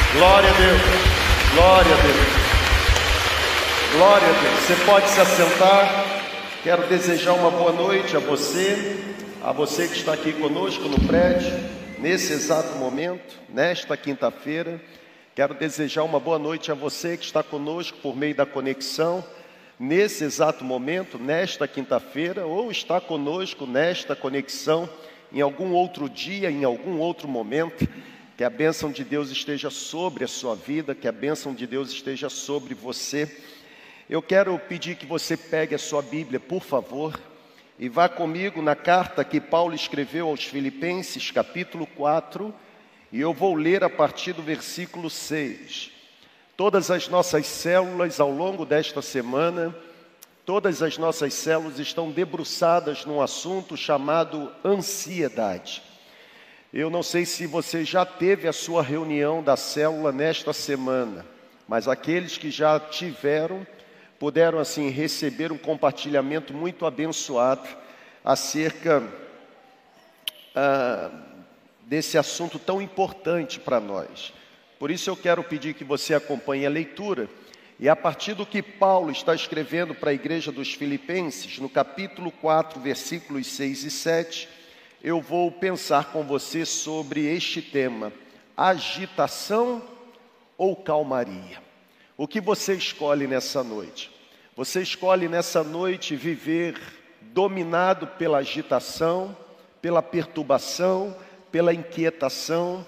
Glória a Deus, glória a Deus, glória a Deus. Você pode se assentar. Quero desejar uma boa noite a você que está aqui conosco no prédio, nesse exato momento, nesta quinta-feira. Quero desejar uma boa noite a você que está conosco por meio da conexão, nesse exato momento, nesta quinta-feira, ou está conosco nesta conexão em algum outro dia, em algum outro momento. Que a bênção de Deus esteja sobre a sua vida, que a bênção de Deus esteja sobre você. Eu quero pedir que você pegue a sua Bíblia, por favor, e vá comigo na carta que Paulo escreveu aos Filipenses, capítulo 4, e eu vou ler a partir do versículo 6. Todas as nossas células ao longo desta semana, todas as nossas células estão debruçadas num assunto chamado ansiedade. Eu não sei se você já teve a sua reunião da célula nesta semana, mas aqueles que já tiveram, puderam assim receber um compartilhamento muito abençoado acerca desse assunto tão importante para nós. Por isso eu quero pedir que você acompanhe a leitura, e a partir do que Paulo está escrevendo para a igreja dos Filipenses, no capítulo 4, versículos 6 e 7, eu vou pensar com você sobre este tema: agitação ou calmaria? O que você escolhe nessa noite? Você escolhe nessa noite viver dominado pela agitação, pela perturbação, pela inquietação,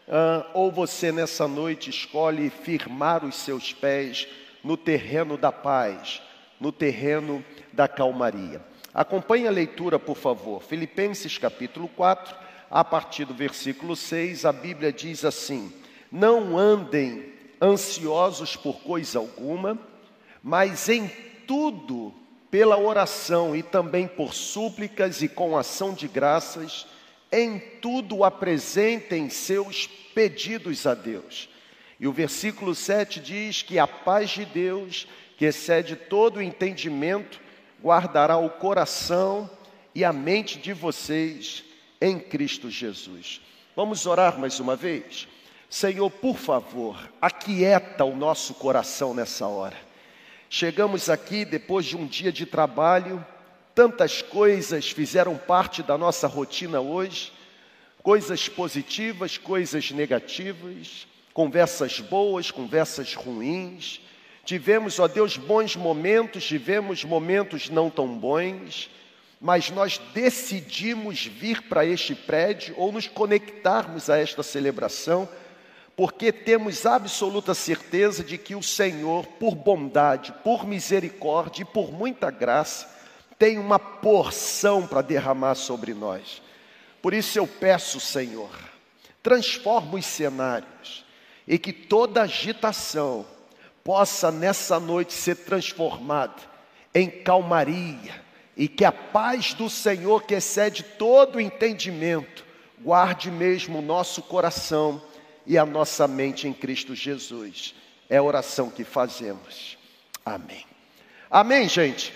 ou você nessa noite escolhe firmar os seus pés no terreno da paz, no terreno da calmaria? Acompanhe a leitura, por favor. Filipenses capítulo 4, a partir do versículo 6, a Bíblia diz assim: não andem ansiosos por coisa alguma, mas em tudo, pela oração e também por súplicas e com ação de graças, em tudo apresentem seus pedidos a Deus. E o versículo 7 diz que a paz de Deus, que excede todo o entendimento, guardará o coração e a mente de vocês em Cristo Jesus. Vamos orar mais uma vez? Senhor, por favor, aquieta o nosso coração nessa hora. Chegamos aqui depois de um dia de trabalho, tantas coisas fizeram parte da nossa rotina hoje, coisas positivas, coisas negativas, conversas boas, conversas ruins. Tivemos, ó Deus, bons momentos, tivemos momentos não tão bons, mas nós decidimos vir para este prédio ou nos conectarmos a esta celebração, porque temos absoluta certeza de que o Senhor, por bondade, por misericórdia e por muita graça, tem uma porção para derramar sobre nós. Por isso eu peço, Senhor, transforma os cenários e que toda agitação possa nessa noite ser transformada em calmaria, e que a paz do Senhor, que excede todo o entendimento, guarde mesmo o nosso coração e a nossa mente em Cristo Jesus. É a oração que fazemos. Amém. Amém, gente?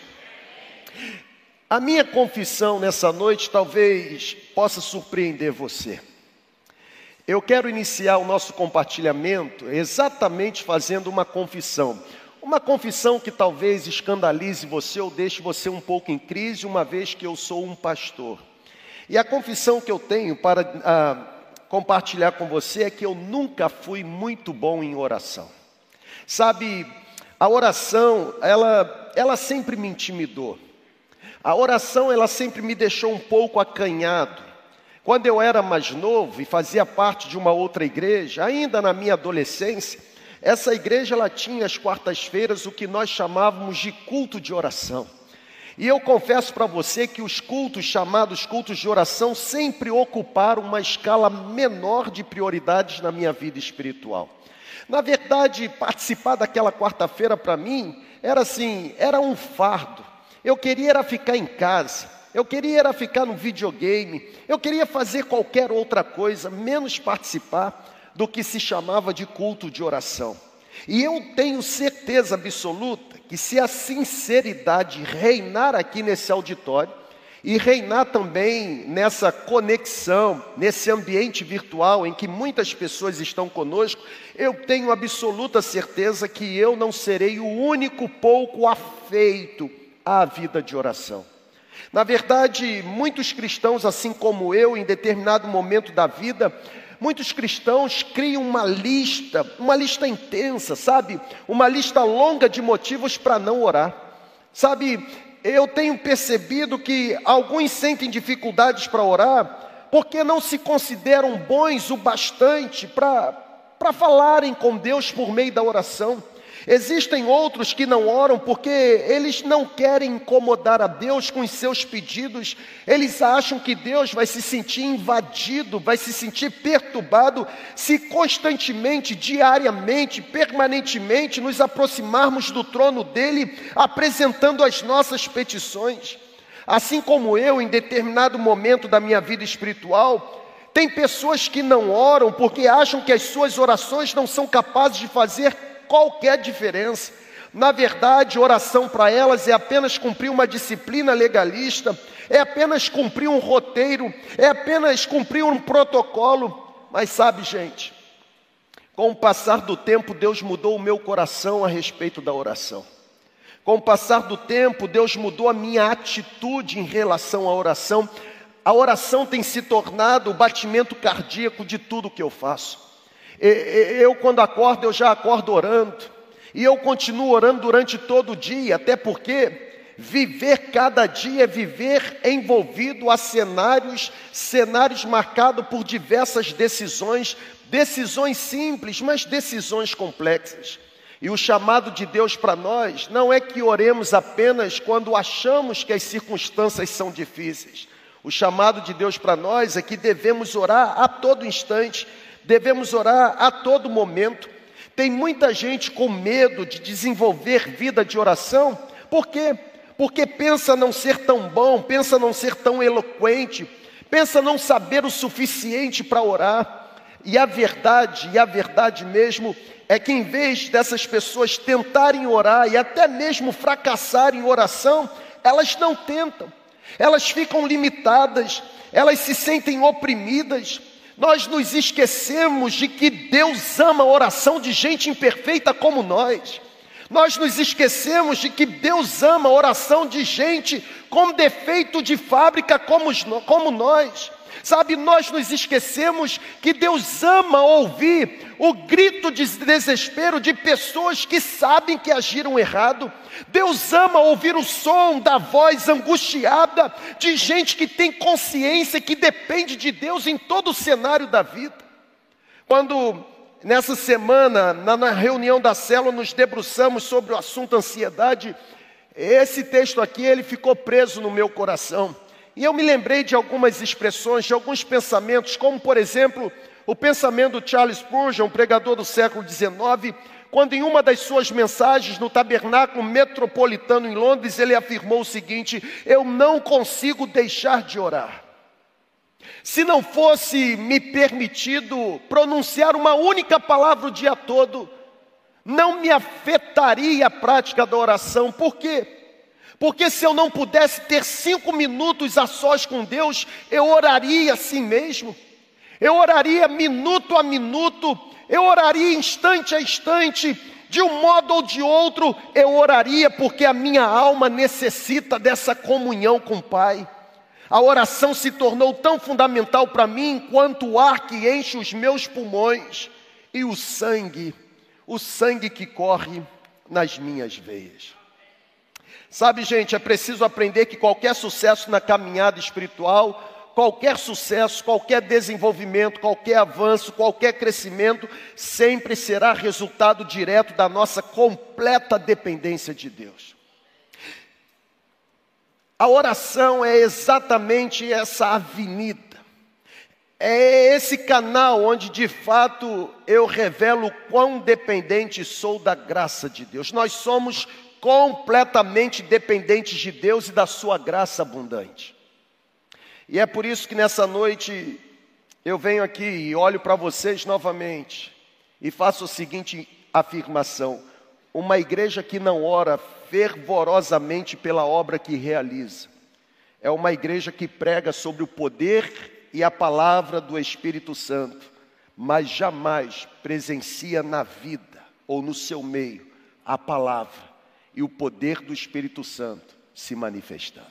A minha confissão nessa noite talvez possa surpreender você. Eu quero iniciar o nosso compartilhamento exatamente fazendo uma confissão. Uma confissão que talvez escandalize você ou deixe você um pouco em crise, uma vez que eu sou um pastor. E a confissão que eu tenho para compartilhar com você é que eu nunca fui muito bom em oração. Sabe, a oração, ela sempre me intimidou. A oração, ela sempre me deixou um pouco acanhado. Quando eu era mais novo e fazia parte de uma outra igreja, ainda na minha adolescência, essa igreja ela tinha às quartas-feiras o que nós chamávamos de culto de oração. E eu confesso para você que os cultos chamados cultos de oração sempre ocuparam uma escala menor de prioridades na minha vida espiritual. Na verdade, participar daquela quarta-feira para mim era assim, era um fardo. Eu queria era ficar em casa, eu queria era ficar no videogame, eu queria fazer qualquer outra coisa, menos participar do que se chamava de culto de oração. E eu tenho certeza absoluta que se a sinceridade reinar aqui nesse auditório, e reinar também nessa conexão, nesse ambiente virtual em que muitas pessoas estão conosco, eu tenho absoluta certeza que eu não serei o único pouco afeito à vida de oração. Na verdade, muitos cristãos, assim como eu, em determinado momento da vida, muitos cristãos criam uma lista intensa, sabe? Uma lista longa de motivos para não orar. Sabe, eu tenho percebido que alguns sentem dificuldades para orar porque não se consideram bons o bastante para falarem com Deus por meio da oração. Existem outros que não oram porque eles não querem incomodar a Deus com os seus pedidos. Eles acham que Deus vai se sentir invadido, vai se sentir perturbado se constantemente, diariamente, permanentemente nos aproximarmos do trono dele, apresentando as nossas petições. Assim como eu, em determinado momento da minha vida espiritual, tem pessoas que não oram porque acham que as suas orações não são capazes de fazer qualquer diferença. Na verdade, oração para elas é apenas cumprir uma disciplina legalista, é apenas cumprir um roteiro, é apenas cumprir um protocolo. Mas sabe, gente, com o passar do tempo, Deus mudou o meu coração a respeito da oração. Com o passar do tempo, Deus mudou a minha atitude em relação à oração. A oração tem se tornado o batimento cardíaco de tudo que eu faço. Eu quando acordo, eu já acordo orando, e eu continuo orando durante todo o dia, até porque viver cada dia é viver envolvido a cenários marcados por diversas decisões simples, mas decisões complexas. E o chamado de Deus para nós não é que oremos apenas quando achamos que as circunstâncias são difíceis. O chamado de Deus para nós é que devemos orar a todo instante, devemos orar a todo momento. Tem muita gente com medo de desenvolver vida de oração. Por quê? Porque pensa não ser tão bom, pensa não ser tão eloquente, pensa não saber o suficiente para orar. E a verdade mesmo, é que em vez dessas pessoas tentarem orar e até mesmo fracassarem em oração, elas não tentam, elas ficam limitadas, elas se sentem oprimidas. Nós nos esquecemos de que Deus ama a oração de gente imperfeita como nós. Nós nos esquecemos de que Deus ama a oração de gente com defeito de fábrica como nós. Sabe, nós nos esquecemos que Deus ama ouvir o grito de desespero de pessoas que sabem que agiram errado. Deus ama ouvir o som da voz angustiada de gente que tem consciência que depende de Deus em todo o cenário da vida. Quando nessa semana, na reunião da célula, nos debruçamos sobre o assunto ansiedade, esse texto aqui, ele ficou preso no meu coração. E eu me lembrei de algumas expressões, de alguns pensamentos, como por exemplo, o pensamento do Charles Spurgeon, um pregador do século XIX, quando em uma das suas mensagens no Tabernáculo Metropolitano em Londres, ele afirmou o seguinte: eu não consigo deixar de orar. Se não fosse me permitido pronunciar uma única palavra o dia todo, não me afetaria a prática da oração. Por quê? Porque se eu não pudesse ter 5 minutos a sós com Deus, eu oraria assim mesmo. Eu oraria minuto a minuto, eu oraria instante a instante, de um modo ou de outro, eu oraria porque a minha alma necessita dessa comunhão com o Pai. A oração se tornou tão fundamental para mim quanto o ar que enche os meus pulmões e o sangue que corre nas minhas veias. Sabe, gente, é preciso aprender que qualquer sucesso na caminhada espiritual, qualquer sucesso, qualquer desenvolvimento, qualquer avanço, qualquer crescimento, sempre será resultado direto da nossa completa dependência de Deus. A oração é exatamente essa avenida, é esse canal onde de fato eu revelo quão dependente sou da graça de Deus. Nós somos completamente dependentes de Deus e da sua graça abundante. E é por isso que nessa noite eu venho aqui e olho para vocês novamente e faço a seguinte afirmação: uma igreja que não ora fervorosamente pela obra que realiza é uma igreja que prega sobre o poder e a palavra do Espírito Santo, mas jamais presencia na vida ou no seu meio a palavra e o poder do Espírito Santo se manifestando.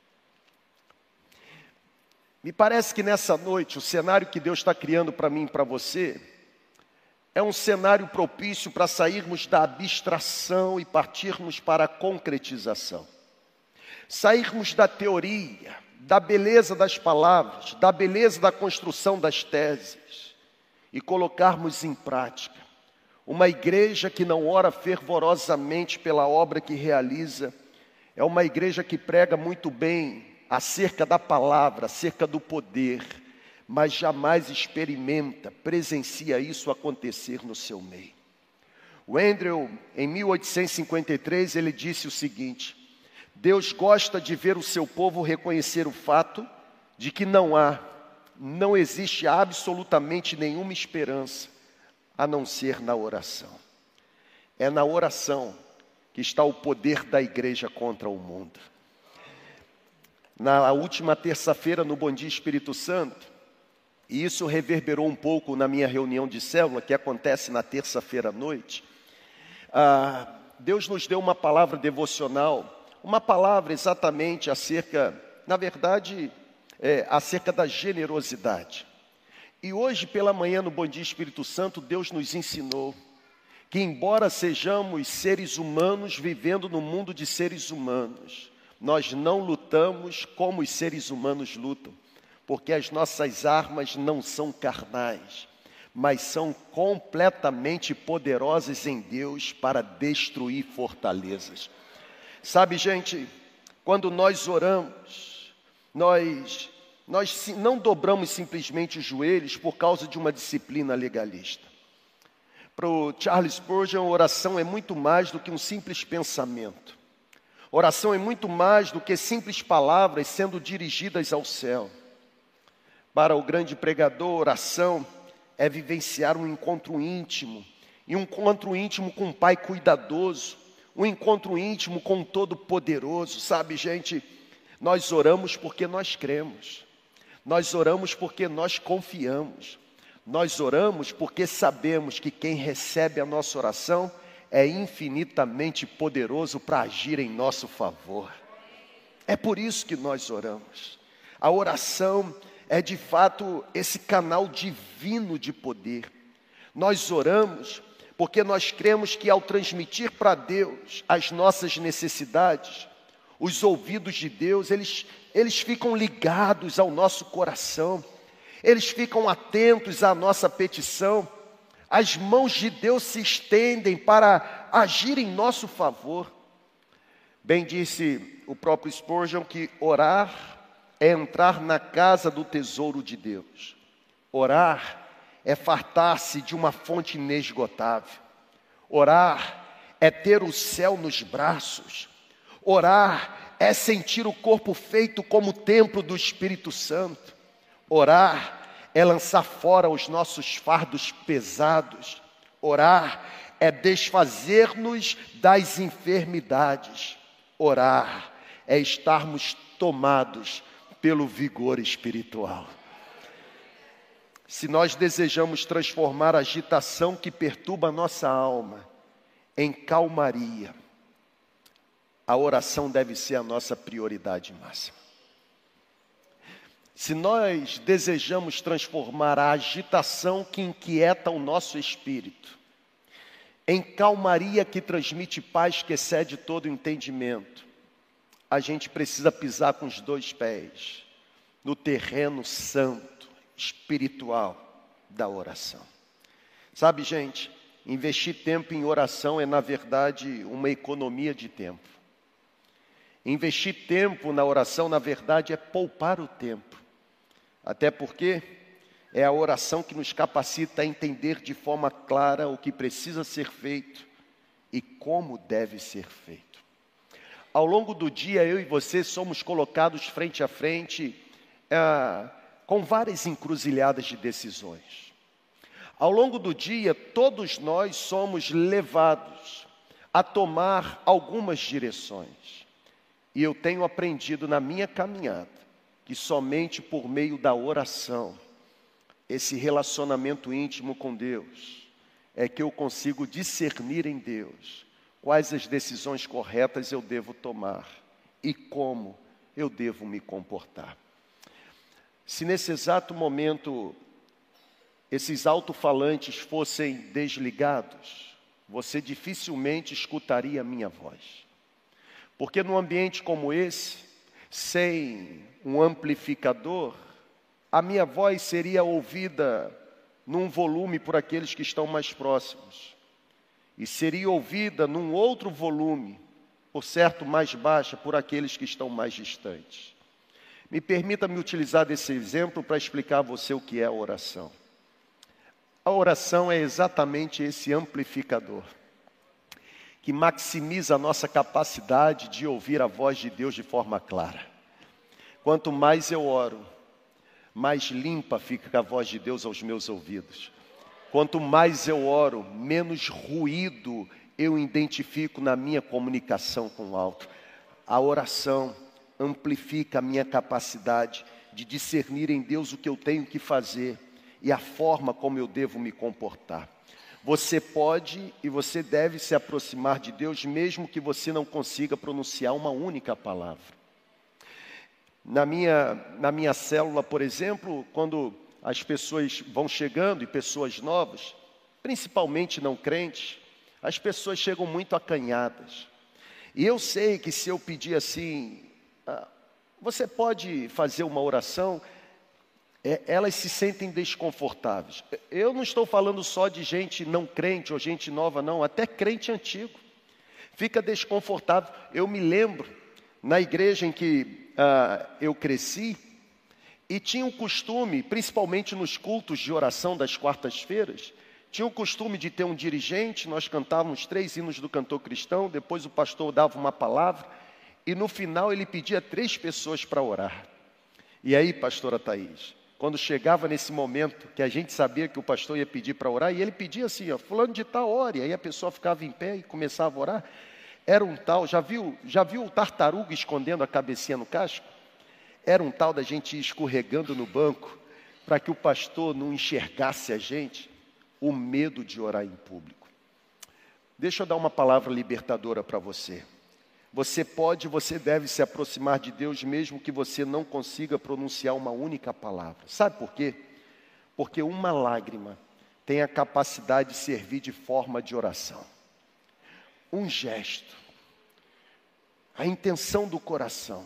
Me parece que nessa noite o cenário que Deus está criando para mim e para você é um cenário propício para sairmos da abstração e partirmos para a concretização. Sairmos da teoria, da beleza das palavras, da beleza da construção das teses e colocarmos em prática. Uma igreja que não ora fervorosamente pela obra que realiza, é uma igreja que prega muito bem acerca da palavra, acerca do poder, mas jamais experimenta, presencia isso acontecer no seu meio. O Andrew, em 1853, ele disse o seguinte: Deus gosta de ver o seu povo reconhecer o fato de que não existe absolutamente nenhuma esperança, a não ser na oração. É na oração que está o poder da igreja contra o mundo. Na última terça-feira, no Bom Dia Espírito Santo, e isso reverberou um pouco na minha reunião de célula, que acontece na terça-feira à noite, Deus nos deu uma palavra devocional, uma palavra exatamente acerca, na verdade, acerca da generosidade. E hoje pela manhã no Bom Dia Espírito Santo, Deus nos ensinou que embora sejamos seres humanos vivendo no mundo de seres humanos, nós não lutamos como os seres humanos lutam, porque as nossas armas não são carnais, mas são completamente poderosas em Deus para destruir fortalezas. Sabe, gente, quando nós oramos, nós não dobramos simplesmente os joelhos por causa de uma disciplina legalista. Para o Charles Spurgeon, oração é muito mais do que um simples pensamento. Oração é muito mais do que simples palavras sendo dirigidas ao céu. Para o grande pregador, oração é vivenciar um encontro íntimo, e um encontro íntimo com um Pai cuidadoso, um encontro íntimo com o Todo-Poderoso. Sabe, gente, nós oramos porque nós cremos, nós oramos porque nós confiamos, nós oramos porque sabemos que quem recebe a nossa oração é infinitamente poderoso para agir em nosso favor. É por isso que nós oramos. A oração é de fato esse canal divino de poder. Nós oramos porque nós cremos que ao transmitir para Deus as nossas necessidades, os ouvidos de Deus, eles ficam ligados ao nosso coração, eles ficam atentos à nossa petição, as mãos de Deus se estendem para agir em nosso favor. Bem disse o próprio Spurgeon que orar é entrar na casa do tesouro de Deus. Orar é fartar-se de uma fonte inesgotável. Orar é ter o céu nos braços. Orar é sentir o corpo feito como templo do Espírito Santo. Orar é lançar fora os nossos fardos pesados. Orar é desfazer-nos das enfermidades. Orar é estarmos tomados pelo vigor espiritual. Se nós desejamos transformar a agitação que perturba a nossa alma em calmaria, a oração deve ser a nossa prioridade máxima. Se nós desejamos transformar a agitação que inquieta o nosso espírito em calmaria que transmite paz que excede todo entendimento, a gente precisa pisar com os dois pés no terreno santo, espiritual da oração. Sabe, gente, investir tempo em oração é, na verdade, uma economia de tempo. Investir tempo na oração, na verdade, é poupar o tempo. Até porque é a oração que nos capacita a entender de forma clara o que precisa ser feito e como deve ser feito. Ao longo do dia, eu e você somos colocados frente a frente com várias encruzilhadas de decisões. Ao longo do dia, todos nós somos levados a tomar algumas direções. E eu tenho aprendido na minha caminhada que somente por meio da oração, esse relacionamento íntimo com Deus, é que eu consigo discernir em Deus quais as decisões corretas eu devo tomar e como eu devo me comportar. Se nesse exato momento esses alto-falantes fossem desligados, você dificilmente escutaria a minha voz. Porque num ambiente como esse, sem um amplificador, a minha voz seria ouvida num volume por aqueles que estão mais próximos. E seria ouvida num outro volume, por certo mais baixa, por aqueles que estão mais distantes. Me permita-me utilizar desse exemplo para explicar a você o que é a oração. A oração é exatamente esse amplificador, que maximiza a nossa capacidade de ouvir a voz de Deus de forma clara. Quanto mais eu oro, mais limpa fica a voz de Deus aos meus ouvidos. Quanto mais eu oro, menos ruído eu identifico na minha comunicação com o alto. A oração amplifica a minha capacidade de discernir em Deus o que eu tenho que fazer e a forma como eu devo me comportar. Você pode e você deve se aproximar de Deus mesmo que você não consiga pronunciar uma única palavra. Na minha célula, por exemplo, quando as pessoas vão chegando e pessoas novas, principalmente não crentes, as pessoas chegam muito acanhadas. E eu sei que se eu pedir assim, você pode fazer uma oração, elas se sentem desconfortáveis. Eu não estou falando só de gente não crente ou gente nova, não, até crente antigo. Fica desconfortável. Eu me lembro, na igreja em que eu cresci, e tinha o costume, principalmente nos cultos de oração das quartas-feiras, tinha o costume de ter um dirigente, nós cantávamos 3 hinos do cantor cristão, depois o pastor dava uma palavra, e no final ele pedia 3 pessoas para orar. E aí, pastora Thaís, quando chegava nesse momento que a gente sabia que o pastor ia pedir para orar, e ele pedia assim, fulano de tal, ore, aí a pessoa ficava em pé e começava a orar, era um tal, já viu o tartaruga escondendo a cabecinha no casco? Era um tal da gente ir escorregando no banco, para que o pastor não enxergasse a gente, o medo de orar em público. Deixa eu dar uma palavra libertadora para você. Você pode, você deve se aproximar de Deus mesmo que você não consiga pronunciar uma única palavra. Sabe por quê? Porque uma lágrima tem a capacidade de servir de forma de oração. Um gesto, a intenção do coração,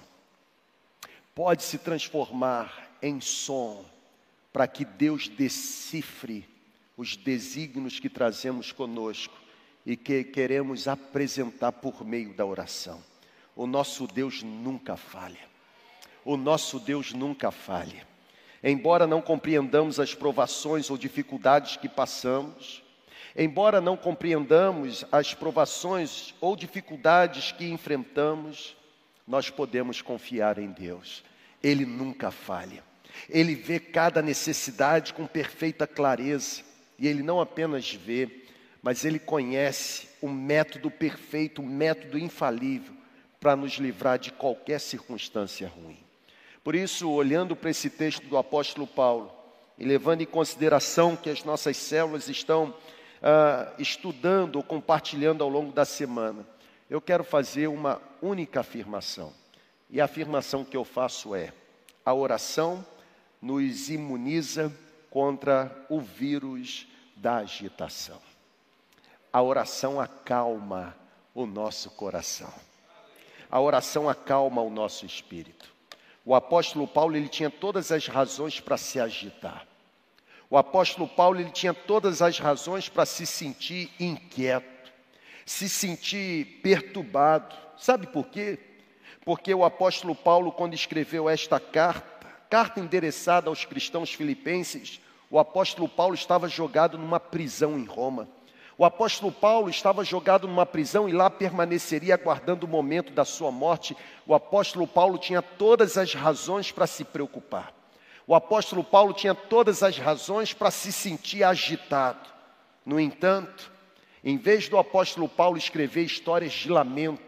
pode se transformar em som para que Deus decifre os desígnios que trazemos conosco e que queremos apresentar por meio da oração. O nosso Deus nunca falha. O nosso Deus nunca falha. Embora não compreendamos as provações ou dificuldades que passamos, embora não compreendamos as provações ou dificuldades que enfrentamos, nós podemos confiar em Deus. Ele nunca falha. Ele vê cada necessidade com perfeita clareza. E Ele não apenas vê, mas Ele conhece o método perfeito, o método infalível para nos livrar de qualquer circunstância ruim. Por isso, olhando para esse texto do apóstolo Paulo e levando em consideração que as nossas células estão estudando ou compartilhando ao longo da semana, eu quero fazer uma única afirmação. E a afirmação que eu faço é: a oração nos imuniza contra o vírus da agitação. A oração acalma o nosso coração. A oração acalma o nosso espírito. O apóstolo Paulo, ele tinha todas as razões para se agitar. O apóstolo Paulo, ele tinha todas as razões para se sentir inquieto, se sentir perturbado. Sabe por quê? Porque o apóstolo Paulo, quando escreveu esta carta endereçada aos cristãos filipenses, o apóstolo Paulo estava jogado numa prisão em Roma. O apóstolo Paulo estava jogado numa prisão e lá permaneceria aguardando o momento da sua morte. O apóstolo Paulo tinha todas as razões para se preocupar. O apóstolo Paulo tinha todas as razões para se sentir agitado. No entanto, em vez do apóstolo Paulo escrever histórias de lamento,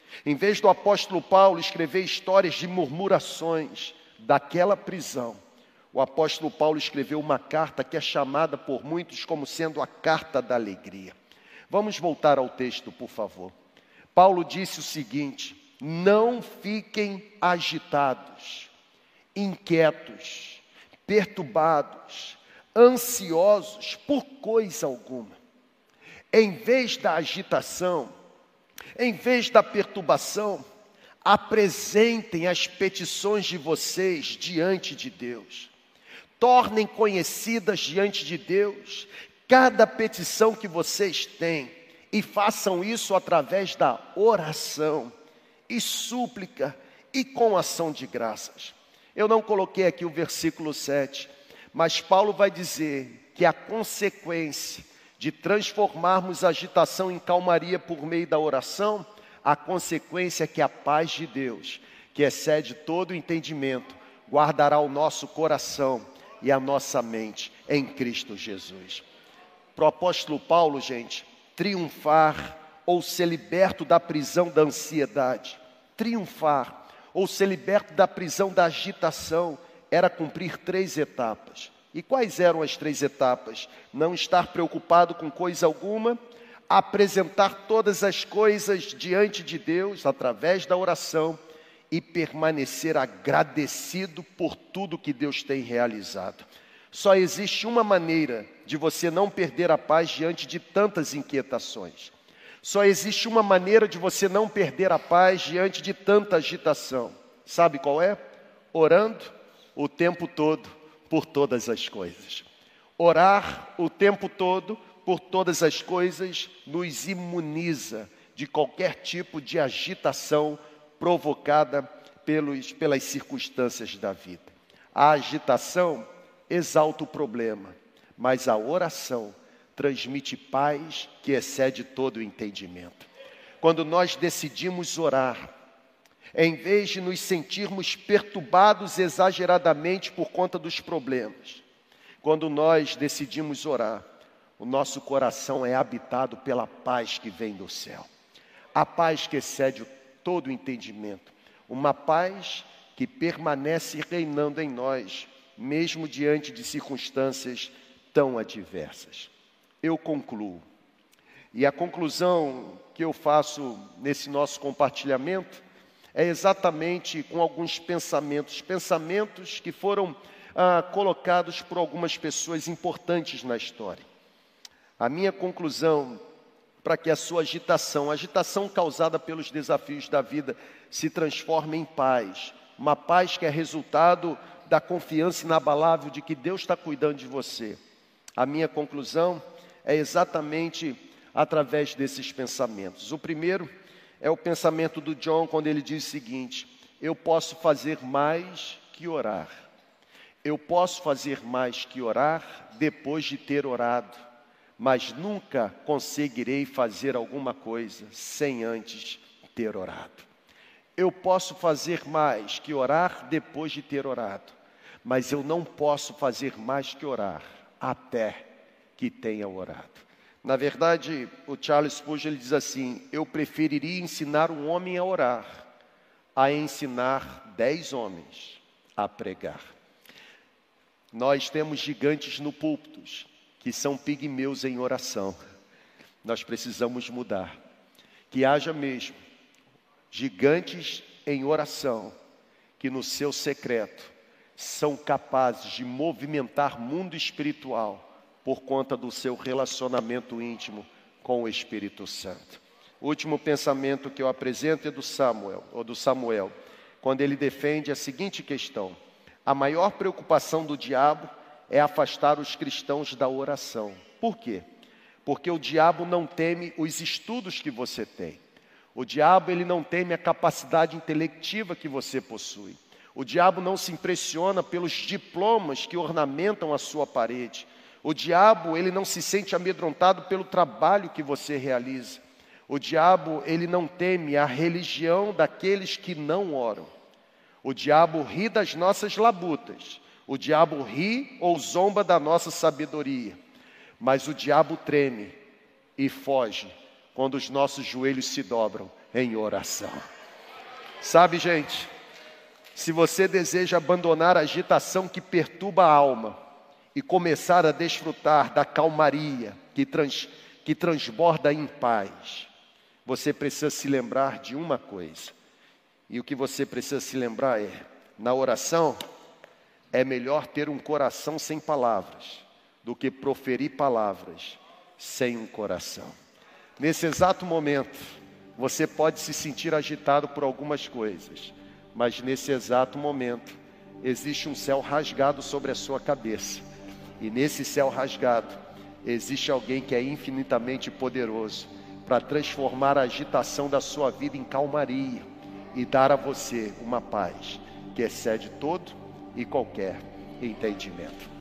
Em vez do apóstolo Paulo escrever histórias de murmurações daquela prisão, o apóstolo Paulo escreveu uma carta que é chamada por muitos como sendo a carta da alegria. Vamos voltar ao texto, por favor. Paulo disse o seguinte: não fiquem agitados, inquietos, perturbados, ansiosos por coisa alguma. Em vez da agitação, em vez da perturbação, apresentem as petições de vocês diante de Deus. Tornem conhecidas diante de Deus cada petição que vocês têm e façam isso através da oração e súplica e com ação de graças. Eu não coloquei aqui o versículo 7, mas Paulo vai dizer que a consequência de transformarmos a agitação em calmaria por meio da oração, a consequência é que a paz de Deus, que excede todo o entendimento, guardará o nosso coração e a nossa mente em Cristo Jesus. Para o apóstolo Paulo, gente, triunfar ou ser liberto da prisão da ansiedade, triunfar ou ser liberto da prisão da agitação, era cumprir 3 etapas. E quais eram as 3 etapas? Não estar preocupado com coisa alguma, apresentar todas as coisas diante de Deus através da oração e permanecer agradecido por tudo que Deus tem realizado. Só existe uma maneira de você não perder a paz diante de tantas inquietações. Só existe uma maneira de você não perder a paz diante de tanta agitação. Sabe qual é? Orando o tempo todo por todas as coisas. Orar o tempo todo por todas as coisas nos imuniza de qualquer tipo de agitação provocada pelas circunstâncias da vida. A agitação exalta o problema, mas a oração transmite paz que excede todo o entendimento. Quando nós decidimos orar, em vez de nos sentirmos perturbados exageradamente por conta dos problemas, quando nós decidimos orar, o nosso coração é habitado pela paz que vem do céu. A paz que excede todo o entendimento. Uma paz que permanece reinando em nós, mesmo diante de circunstâncias tão adversas. Eu concluo. E a conclusão que eu faço nesse nosso compartilhamento é exatamente com alguns pensamentos que foram colocados por algumas pessoas importantes na história. A minha conclusão para que a sua agitação causada pelos desafios da vida, se transforme em paz. Uma paz que é resultado da confiança inabalável de que Deus está cuidando de você. A minha conclusão é exatamente através desses pensamentos. O primeiro é o pensamento do John, quando ele diz o seguinte: eu posso fazer mais que orar. Eu posso fazer mais que orar depois de ter orado, mas nunca conseguirei fazer alguma coisa sem antes ter orado. Eu posso fazer mais que orar depois de ter orado, mas eu não posso fazer mais que orar até que tenha orado. Na verdade, o Charles Spurgeon ele diz assim: eu preferiria ensinar um homem a orar a ensinar 10 homens a pregar. Nós temos gigantes no púlpito que são pigmeus em oração. Nós precisamos mudar. Que haja mesmo gigantes em oração, que no seu secreto são capazes de movimentar mundo espiritual por conta do seu relacionamento íntimo com o Espírito Santo. O último pensamento que eu apresento é do Samuel, quando ele defende a seguinte questão: a maior preocupação do diabo é afastar os cristãos da oração. Por quê? Porque o diabo não teme os estudos que você tem. O diabo ele não teme a capacidade intelectiva que você possui. O diabo não se impressiona pelos diplomas que ornamentam a sua parede. O diabo ele não se sente amedrontado pelo trabalho que você realiza. O diabo ele não teme a religião daqueles que não oram. O diabo ri das nossas labutas. O diabo ri ou zomba da nossa sabedoria. Mas o diabo treme e foge quando os nossos joelhos se dobram em oração. Sabe, gente, se você deseja abandonar a agitação que perturba a alma e começar a desfrutar da calmaria que transborda em paz, você precisa se lembrar de uma coisa. E o que você precisa se lembrar é, na oração, é melhor ter um coração sem palavras do que proferir palavras sem um coração. Nesse exato momento, você pode se sentir agitado por algumas coisas, mas nesse exato momento, existe um céu rasgado sobre a sua cabeça. E nesse céu rasgado, existe alguém que é infinitamente poderoso para transformar a agitação da sua vida em calmaria e dar a você uma paz que excede todo e qualquer entendimento.